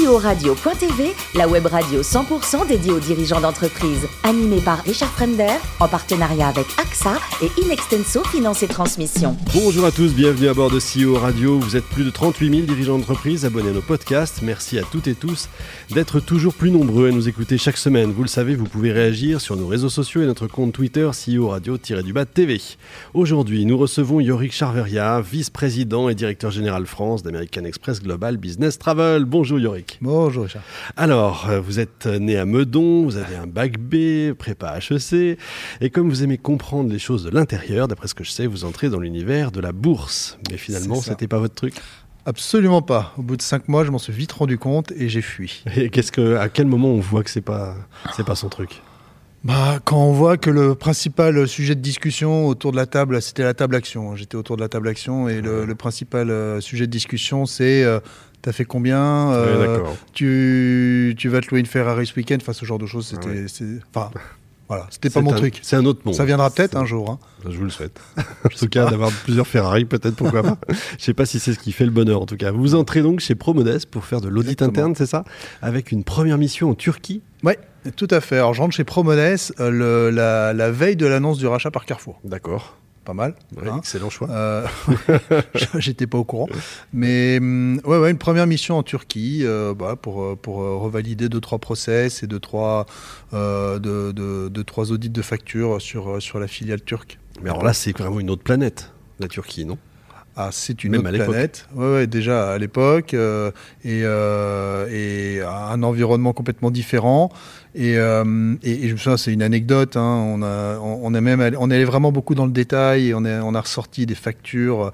CEO-radio.tv, la web radio 100% dédiée aux dirigeants d'entreprise. Animée par Richard Fremder, en partenariat avec AXA et Inextenso Finance et Transmission. Bonjour à tous, bienvenue à bord de CEO Radio. Vous êtes plus de 38 000 dirigeants d'entreprise abonnés à nos podcasts. Merci à toutes et tous d'être toujours plus nombreux à nous écouter chaque semaine. Vous le savez, vous pouvez réagir sur nos réseaux sociaux et notre compte Twitter CEO Radio-TV. Aujourd'hui, nous recevons Yorick Charveria, vice-président et directeur général France d'American Express Global Business Travel. Bonjour Yorick. Bonjour Richard. Alors, vous êtes né à Meudon, vous avez un bac B, prépa HEC, et comme vous aimez comprendre les choses de l'intérieur, d'après ce que je sais, vous entrez dans l'univers de la bourse. Mais finalement, c'était pas votre truc ? Absolument pas. Au bout de 5 mois, je m'en suis vite rendu compte et j'ai fui. Et à quel moment on voit que c'est pas son truc ? Quand on voit que le principal sujet de discussion autour de la table, c'était la table action. J'étais autour de la table action et le principal sujet de discussion, c'est t'as fait combien tu vas te louer une Ferrari ce week-end, ce genre de choses. C'était pas mon truc. C'est un autre monde. Ça viendra peut-être un jour. Je vous le souhaite. En tout cas, d'avoir plusieurs Ferrari, peut-être, pourquoi pas. Je sais pas si c'est ce qui fait le bonheur, en tout cas. Vous entrez donc chez Promodes pour faire de l'audit interne, c'est ça ? Avec une première mission en Turquie ? Oui, tout à fait. Alors, je rentre chez Promodes la veille de l'annonce du rachat par Carrefour. D'accord. Pas mal. Ouais, excellent choix. J'étais pas au courant. Mais une première mission en Turquie pour revalider 2-3 process et 2-3 audits de factures sur la filiale turque. Mais alors là, c'est vraiment une autre planète, la Turquie, non ? Ah, c'est une autre planète. Ouais, déjà à l'époque, et un environnement complètement différent. Et je me souviens, c'est une anecdote. On allait vraiment beaucoup dans le détail et on a ressorti des factures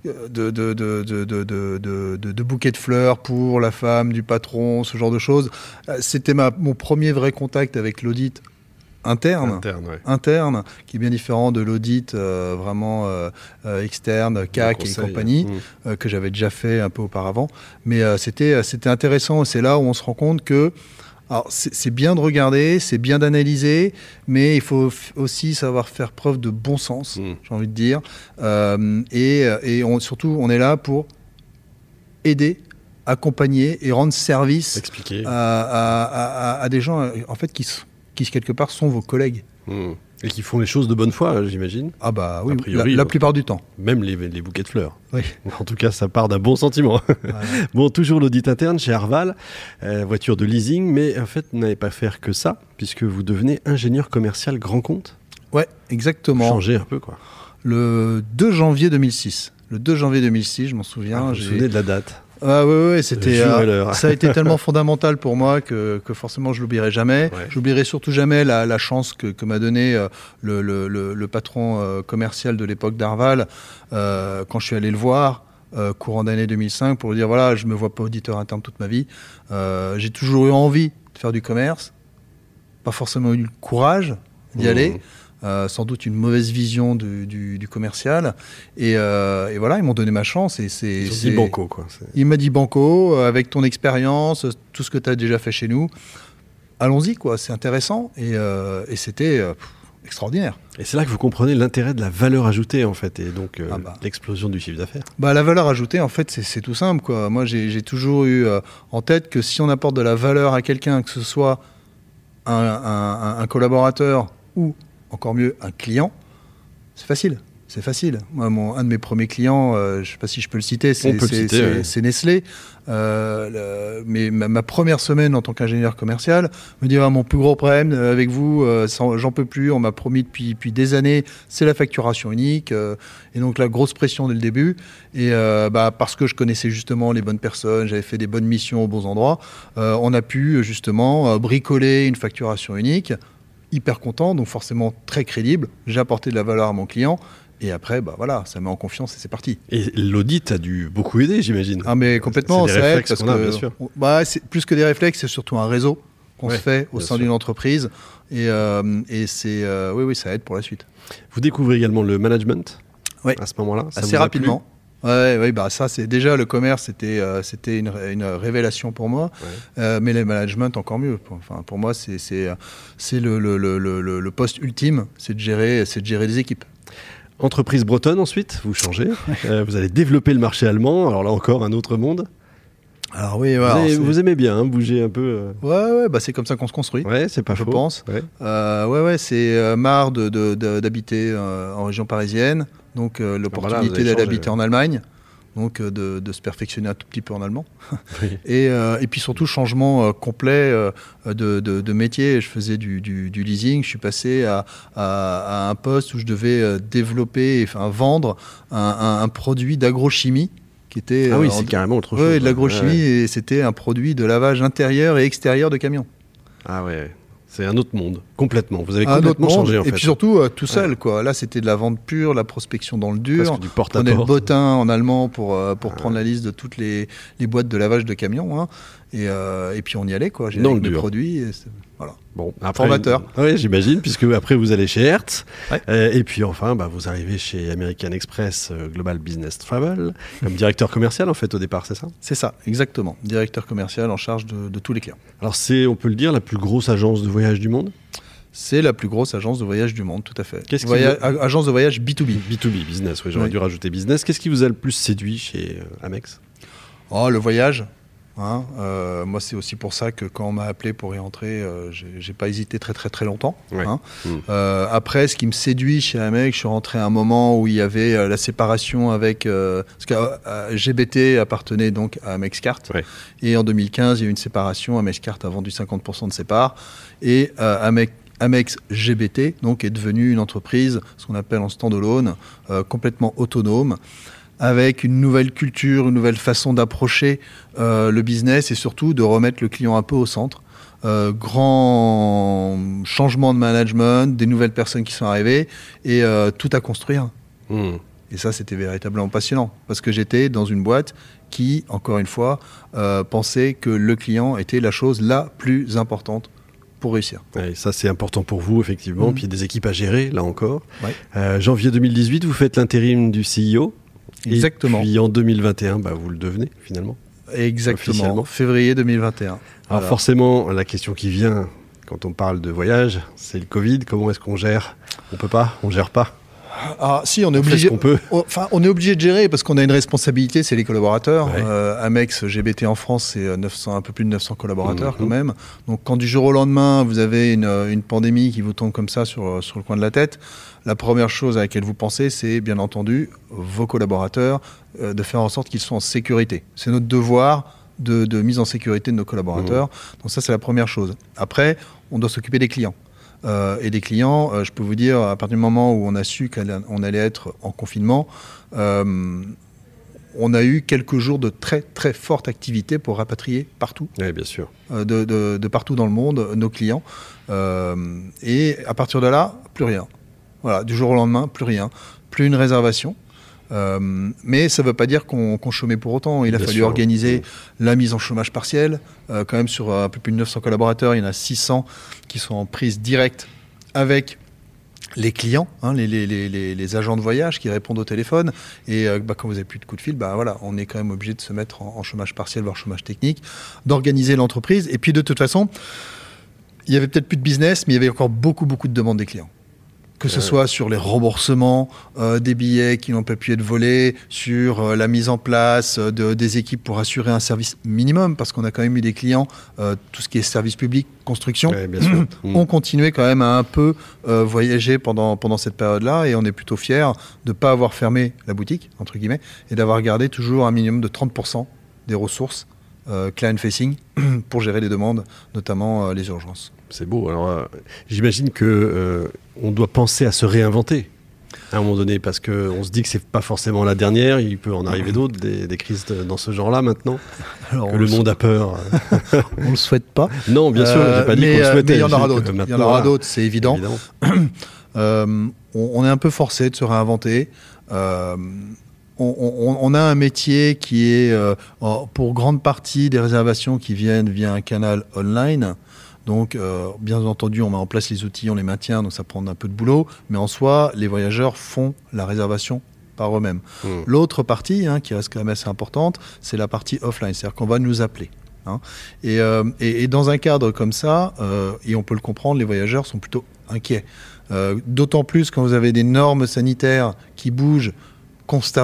de bouquets de fleurs pour la femme du patron, ce genre de choses. C'était mon premier vrai contact avec l'audit interne, qui est bien différent de l'audit vraiment externe, CAC et compagnie, que j'avais déjà fait un peu auparavant. Mais c'était intéressant. C'est là où on se rend compte que c'est bien de regarder, c'est bien d'analyser, mais il faut aussi savoir faire preuve de bon sens, j'ai envie de dire. Surtout, on est là pour aider, accompagner et rendre service à des gens en fait, qui quelque part sont vos collègues. Et qui font les choses de bonne foi, j'imagine. Ah bah oui, priori, la plupart du temps. Même les bouquets de fleurs. Oui. En tout cas, ça part d'un bon sentiment. Voilà. Bon, toujours l'audit interne chez Arval, voiture de leasing, mais en fait, vous n'allez pas faire que ça, puisque vous devenez ingénieur commercial grand compte. Ouais, exactement. Changer un peu, quoi. Le 2 janvier 2006. Le 2 janvier 2006, je m'en souviens. Vous vous souvenez de la date ? Ah oui, c'était ça a été tellement fondamental pour moi que forcément je l'oublierai jamais. Ouais. J'oublierai surtout jamais la chance que m'a donné le patron commercial de l'époque d'Arval quand je suis allé le voir courant d'année 2005 pour lui dire voilà, je me vois pas auditeur interne toute ma vie. J'ai toujours eu envie de faire du commerce, pas forcément eu le courage d'y aller. Sans doute une mauvaise vision du commercial et voilà, ils m'ont donné ma chance et ils ont dit banco, quoi. Il m'a dit banco, avec ton expérience, tout ce que tu as déjà fait chez nous, allons-y, quoi, c'est intéressant et c'était extraordinaire. Et c'est là que vous comprenez l'intérêt de la valeur ajoutée, en fait, et donc l'explosion du chiffre d'affaires. La valeur ajoutée, en fait, c'est tout simple, quoi. Moi, j'ai toujours eu en tête que si on apporte de la valeur à quelqu'un, que ce soit un collaborateur ou encore mieux, un client, c'est facile. Moi, un de mes premiers clients, je ne sais pas si je peux le citer, c'est Nestlé. Mais ma première semaine en tant qu'ingénieur commercial me dit mon plus gros problème avec vous, j'en peux plus, on m'a promis depuis des années, c'est la facturation unique. Et donc la grosse pression dès le début. Et parce que je connaissais justement les bonnes personnes, j'avais fait des bonnes missions aux bons endroits, on a pu justement bricoler une facturation unique. Hyper content, donc forcément très crédible. J'ai apporté de la valeur à mon client. Et après, ça met en confiance et c'est parti. Et l'audit a dû beaucoup aider, j'imagine. Ah, mais complètement, c'est des réflexes qu'on a, bien sûr. C'est plus que des réflexes, c'est surtout un réseau qu'on se fait au sein d'une entreprise. Et c'est, oui, ça aide pour la suite. Vous découvrez également le management à ce moment-là. Assez rapidement. Ouais, ça c'est déjà le commerce, c'était une révélation pour moi, mais le management encore mieux. Pour moi, c'est le poste ultime, c'est de gérer des équipes. Entreprise bretonne ensuite, vous changez, vous allez développer le marché allemand. Alors là encore, un autre monde. Alors oui, ouais, vous aimez bien bouger un peu. Ouais, bah c'est comme ça qu'on se construit. Ouais, c'est pas je faux. pense. Ouais, c'est marre d'habiter en région parisienne, donc l'opportunité d'aller habiter en Allemagne, donc de se perfectionner un tout petit peu en allemand. Oui. Et puis surtout changement complet de métier. Je faisais du leasing, je suis passé à un poste où je devais développer, vendre un produit d'agrochimie. Qui était, c'est carrément autre chose. Oui, de l'agrochimie, et c'était un produit de lavage intérieur et extérieur de camions. Ah ouais, c'est un autre monde, complètement. Vous avez complètement changé en fait. Et puis surtout, tout seul, quoi. Là, c'était de la vente pure, la prospection dans le dur. Presque du porte-à-porte. On prenait le bottin en allemand pour prendre la liste de toutes les boîtes de lavage de camions. Hein. Et puis on y allait, quoi. J'ai avec mes produits. Et voilà. Bon, après, formateur. Oui, j'imagine, puisque après vous allez chez Hertz. Ouais. Et puis enfin, vous arrivez chez American Express Global Business Travel, comme directeur commercial en fait au départ, c'est ça ? C'est ça, exactement. Directeur commercial en charge de tous les clients. Alors c'est, on peut le dire, la plus grosse agence de voyage du monde ? C'est la plus grosse agence de voyage du monde, tout à fait. Agence de voyage B2B. B2B, business, oui, j'aurais dû rajouter business. Qu'est-ce qui vous a le plus séduit chez Amex ? Le voyage. Moi, c'est aussi pour ça que quand on m'a appelé pour y entrer, j'ai pas hésité très très très longtemps. Ouais. Après, ce qui me séduit chez Amex, je suis rentré à un moment où il y avait la séparation avec parce que GBT appartenait donc à Amexcart. Ouais. Et en 2015, il y a eu une séparation. Amexcart a vendu 50% de ses parts et Amex GBT donc est devenue une entreprise, ce qu'on appelle en standalone, complètement autonome, avec une nouvelle culture, une nouvelle façon d'approcher le business et surtout de remettre le client un peu au centre. Grand changement de management, des nouvelles personnes qui sont arrivées et tout à construire. Et ça, c'était véritablement passionnant parce que j'étais dans une boîte qui, encore une fois, pensait que le client était la chose la plus importante pour réussir. Ouais, ça, c'est important pour vous, effectivement. Puis il y a des équipes à gérer, là encore. Ouais. Janvier 2018, vous faites l'intérim du CEO. Exactement. Et puis en 2021, vous le devenez finalement. Exactement. Février 2021. Alors forcément, la question qui vient quand on parle de voyage, c'est le Covid. Comment est-ce qu'on gère ? On peut pas ? On gère pas ? Ah si, on est obligé. On est obligé de gérer parce qu'on a une responsabilité, c'est les collaborateurs. Ouais. Amex GBT en France, c'est un peu plus de 900 collaborateurs quand même. Donc quand du jour au lendemain, vous avez une pandémie qui vous tombe comme ça sur le coin de la tête, la première chose à laquelle vous pensez, c'est bien entendu vos collaborateurs, de faire en sorte qu'ils soient en sécurité. C'est notre devoir de mise en sécurité de nos collaborateurs. Donc ça, c'est la première chose. Après, on doit s'occuper des clients. Et des clients, je peux vous dire, à partir du moment où on a su qu'on allait être en confinement, on a eu quelques jours de très très forte activité pour rapatrier partout. Oui, bien sûr. De partout dans le monde, nos clients. Et à partir de là, plus rien. Voilà, du jour au lendemain, plus rien. Plus une réservation. Mais ça ne veut pas dire qu'on chômait pour autant. Il a fallu organiser la mise en chômage partiel. Quand même, sur un peu plus de 900 collaborateurs, il y en a 600 qui sont en prise directe avec les clients, les agents de voyage qui répondent au téléphone. Et quand vous n'avez plus de coup de fil, on est quand même obligé de se mettre en chômage partiel, voire chômage technique, d'organiser l'entreprise. Et puis, de toute façon, il n'y avait peut-être plus de business, mais il y avait encore beaucoup, beaucoup de demandes des clients. Que ce soit sur les remboursements des billets qui n'ont pas pu être volés, sur la mise en place des équipes pour assurer un service minimum, parce qu'on a quand même eu des clients, tout ce qui est service public, construction, ont continué quand même à un peu voyager pendant cette période-là, et on est plutôt fiers de ne pas avoir fermé la boutique, entre guillemets, et d'avoir gardé toujours un minimum de 30% des ressources client-facing pour gérer les demandes, notamment les urgences. C'est beau. Alors, j'imagine que on doit penser à se réinventer à un moment donné, parce qu'on se dit que c'est pas forcément la dernière. Il peut en arriver d'autres, des crises dans ce genre-là maintenant. Alors, que le monde a peur. On le souhaite pas. Non, bien sûr. J'ai pas dit qu'on le souhaitait. Mais il y en aura d'autres. Il y en aura d'autres, c'est évident. On est un peu forcé de se réinventer. On a un métier qui est, pour grande partie, des réservations qui viennent via un canal online. Donc, bien entendu, on met en place les outils, on les maintient, donc ça prend un peu de boulot. Mais en soi, les voyageurs font la réservation par eux-mêmes. L'autre partie, qui reste quand même assez importante, c'est la partie offline, c'est-à-dire qu'on va nous appeler. Et dans un cadre comme ça, et on peut le comprendre, les voyageurs sont plutôt inquiets. D'autant plus quand vous avez des normes sanitaires qui bougent constamment. Tout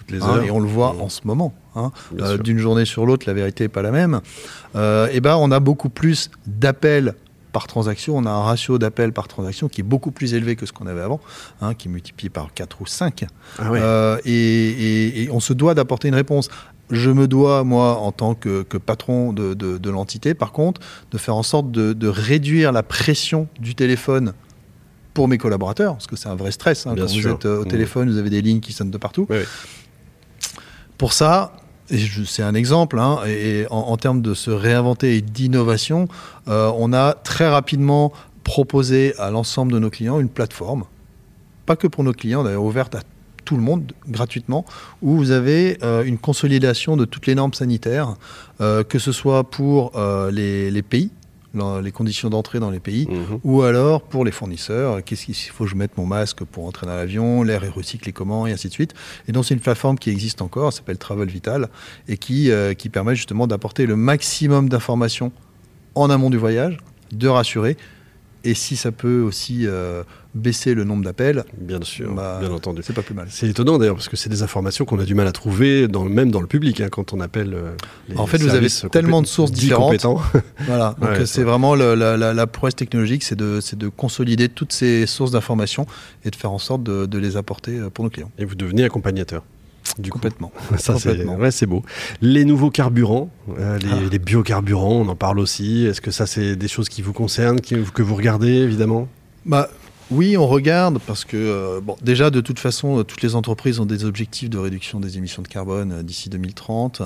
toutes les heures. Et on le voit en ce moment. D'une journée sur l'autre, la vérité n'est pas la même. On a beaucoup plus d'appels par transaction. On a un ratio d'appels par transaction qui est beaucoup plus élevé que ce qu'on avait avant, qui est multiplié par 4 ou 5. Ah ouais. Et on se doit d'apporter une réponse. Je me dois, moi, en tant que patron de l'entité, par contre, de faire en sorte de réduire la pression du téléphone pour mes collaborateurs, parce que c'est un vrai stress. Quand vous êtes au téléphone, vous avez des lignes qui sonnent de partout. Oui. Pour ça, c'est un exemple, et en termes de se réinventer et d'innovation, on a très rapidement proposé à l'ensemble de nos clients une plateforme, pas que pour nos clients, d'ailleurs ouverte à tout le monde gratuitement, où vous avez une consolidation de toutes les normes sanitaires, que ce soit pour les pays, les conditions d'entrée dans les pays, ou alors pour les fournisseurs, qu'est-ce qu'il faut que je mette mon masque pour entrer dans l'avion, l'air est recyclé comment, et ainsi de suite. Et donc c'est une plateforme qui existe encore, ça s'appelle Travel Vital, et qui permet justement d'apporter le maximum d'informations en amont du voyage, de rassurer, et si ça peut aussi baisser le nombre d'appels, bien sûr, bien entendu. C'est pas plus mal. C'est étonnant d'ailleurs, parce que c'est des informations qu'on a du mal à trouver, même dans le public, quand on appelle les En fait, vous avez tellement de sources différentes. Voilà. Donc c'est vraiment la prouesse technologique, c'est de consolider toutes ces sources d'informations et de faire en sorte de les apporter pour nos clients. Et vous devenez accompagnateur. Complètement. Ça, c'est beau. Les nouveaux carburants, les biocarburants, on en parle aussi. Est-ce que ça, c'est des choses qui vous concernent, que vous regardez, évidemment ? Oui, on regarde parce que, déjà, de toute façon, toutes les entreprises ont des objectifs de réduction des émissions de carbone d'ici 2030.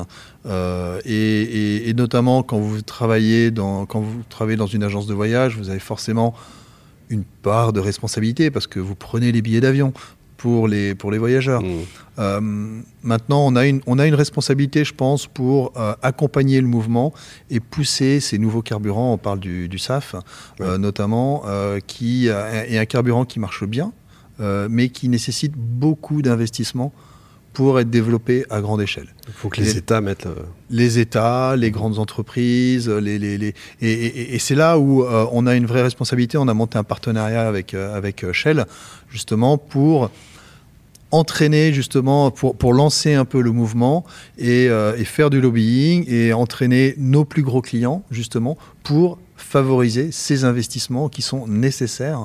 Et notamment, quand vous travaillez dans une agence de voyage, vous avez forcément une part de responsabilité parce que vous prenez les billets d'avion pour les voyageurs. Maintenant, on a une responsabilité, je pense, pour accompagner le mouvement et pousser ces nouveaux carburants. On parle du SAF, notamment, qui est un carburant qui marche bien, mais qui nécessite beaucoup d'investissements pour être développé à grande échelle. Il faut que les États mettent... Les États, les grandes entreprises, et c'est là où on a une vraie responsabilité. On a monté un partenariat avec Shell, justement, pour entraîner, justement, pour lancer un peu le mouvement et faire du lobbying et entraîner nos plus gros clients, justement, pour favoriser ces investissements qui sont nécessaires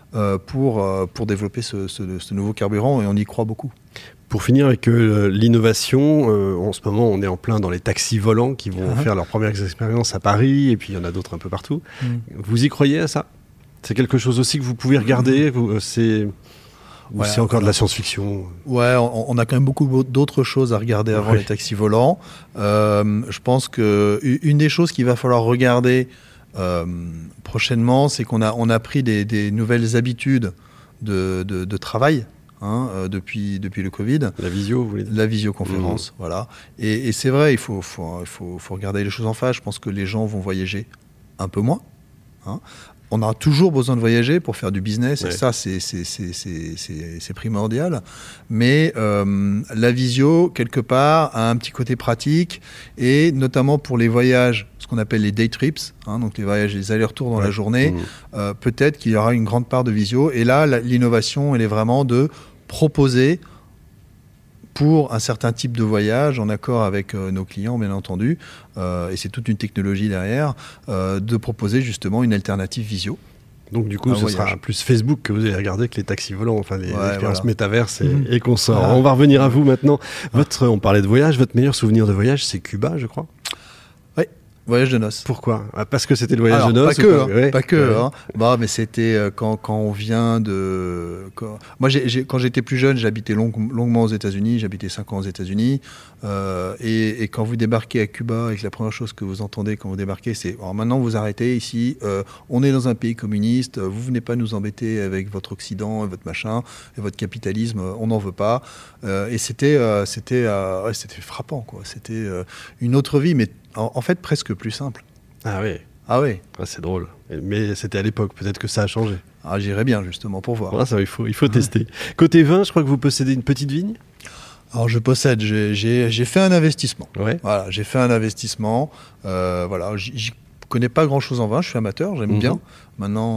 pour développer ce nouveau carburant, et on y croit beaucoup. Pour finir avec l'innovation, en ce moment on est en plein dans les taxis volants qui vont faire leurs premières expériences à Paris, et puis il y en a d'autres un peu partout. Vous y croyez à ça ? C'est quelque chose aussi que vous pouvez regarder c'est encore de la science-fiction ? Ouais, on a quand même beaucoup d'autres choses à regarder avant les taxis volants. Je pense qu'une des choses qu'il va falloir regarder prochainement, c'est qu'on a pris des nouvelles habitudes de travail. Depuis le Covid. La visio, vous voulez dire ? La visioconférence, voilà. Et c'est vrai, il faut regarder les choses en face. Je pense que les gens vont voyager un peu moins. On aura toujours besoin de voyager pour faire du business, et ça, c'est primordial. Mais la visio, quelque part, a un petit côté pratique, et notamment pour les voyages, ce qu'on appelle les day trips, donc les voyages, les allers-retours dans la journée, peut-être qu'il y aura une grande part de visio. Et là, l'innovation, elle est vraiment de proposer pour un certain type de voyage, en accord avec nos clients, bien entendu, et c'est toute une technologie derrière, de proposer justement une alternative visio. Donc du coup, ce sera plus Facebook que vous allez regarder que les taxis volants, enfin les expériences métaverses et consorts. On va revenir à vous maintenant. On parlait de voyage, votre meilleur souvenir de voyage, c'est Cuba, je crois ? Voyage de noces. Pourquoi ? Parce que c'était le voyage de noces. Pas que. Mais c'était quand on vient de. Moi, quand j'étais plus jeune, j'habitais longuement aux États-Unis. J'habitais 5 ans aux États-Unis. Et quand vous débarquez à Cuba, et que la première chose que vous entendez quand vous débarquez, c'est alors maintenant vous arrêtez ici. On est dans un pays communiste. Vous venez pas nous embêter avec votre Occident et votre machin et votre capitalisme. On n'en veut pas. Et c'était frappant, quoi. C'était une autre vie, mais en fait, presque plus simple. Ah oui. C'est drôle. Mais c'était à l'époque, peut-être que ça a changé. J'irais bien, justement, pour voir. Ça, il faut tester. Côté vin, je crois que vous possédez une petite vigne ? Alors, je possède, j'ai fait un investissement. Ouais. Voilà, j'ai fait un investissement. connais pas grand-chose en vin, je suis amateur, j'aime bien. Maintenant,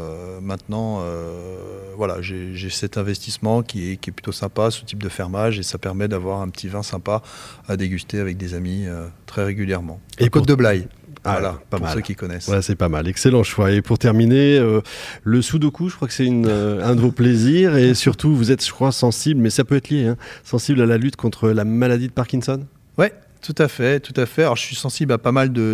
voilà, j'ai cet investissement qui est plutôt sympa, ce type de fermage, et ça permet d'avoir un petit vin sympa à déguster avec des amis très régulièrement. Et Côte de Blaye. Voilà, pas pour mal. Ceux qui connaissent. Ouais, c'est pas mal, excellent choix. Et pour terminer, le sudoku, je crois que c'est un de vos plaisirs, et surtout vous êtes, je crois, sensible, mais ça peut être lié, hein, sensible à la lutte contre la maladie de Parkinson. Ouais, tout à fait. Alors je suis sensible à pas mal de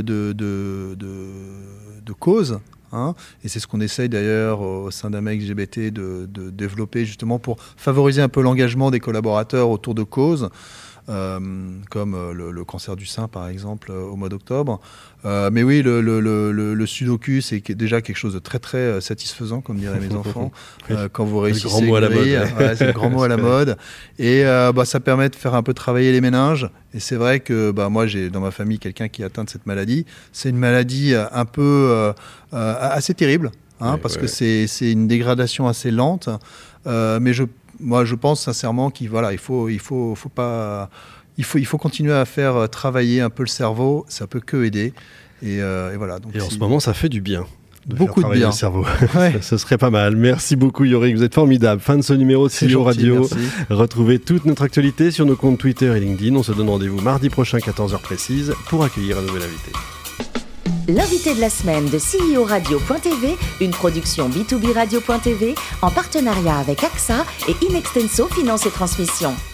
causes. Hein, et c'est ce qu'on essaye d'ailleurs au sein d'AMEC LGBT de développer justement pour favoriser un peu l'engagement des collaborateurs autour de causes. Comme le cancer du sein par exemple au mois d'octobre. Mais oui, le sudoku c'est déjà quelque chose de très très satisfaisant, comme diraient mes enfants, quand vous réussissez. C'est le grand mot à la mode. Ouais, c'est le grand mot à la mode. Et ça permet de faire un peu travailler les méninges. Et c'est vrai que moi j'ai dans ma famille quelqu'un qui est atteint de cette maladie. C'est une maladie un peu assez terrible, hein, parce que c'est une dégradation assez lente. Mais moi, je pense sincèrement qu'il faut continuer à faire travailler un peu le cerveau. Ça peut que aider. Et voilà. Donc, en ce moment, ça fait du bien. Beaucoup de bien. Le cerveau. Ouais. Ce serait pas mal. Merci beaucoup, Yorick. Vous êtes formidable. Fin de ce numéro de CEO Radio. Merci. Retrouvez toute notre actualité sur nos comptes Twitter et LinkedIn. On se donne rendez-vous mardi prochain, 14h précise, pour accueillir un nouvel invité. L'invité de la semaine de CEO Radio.tv, une production B2B Radio.tv en partenariat avec AXA et Inextenso Finance et Transmission.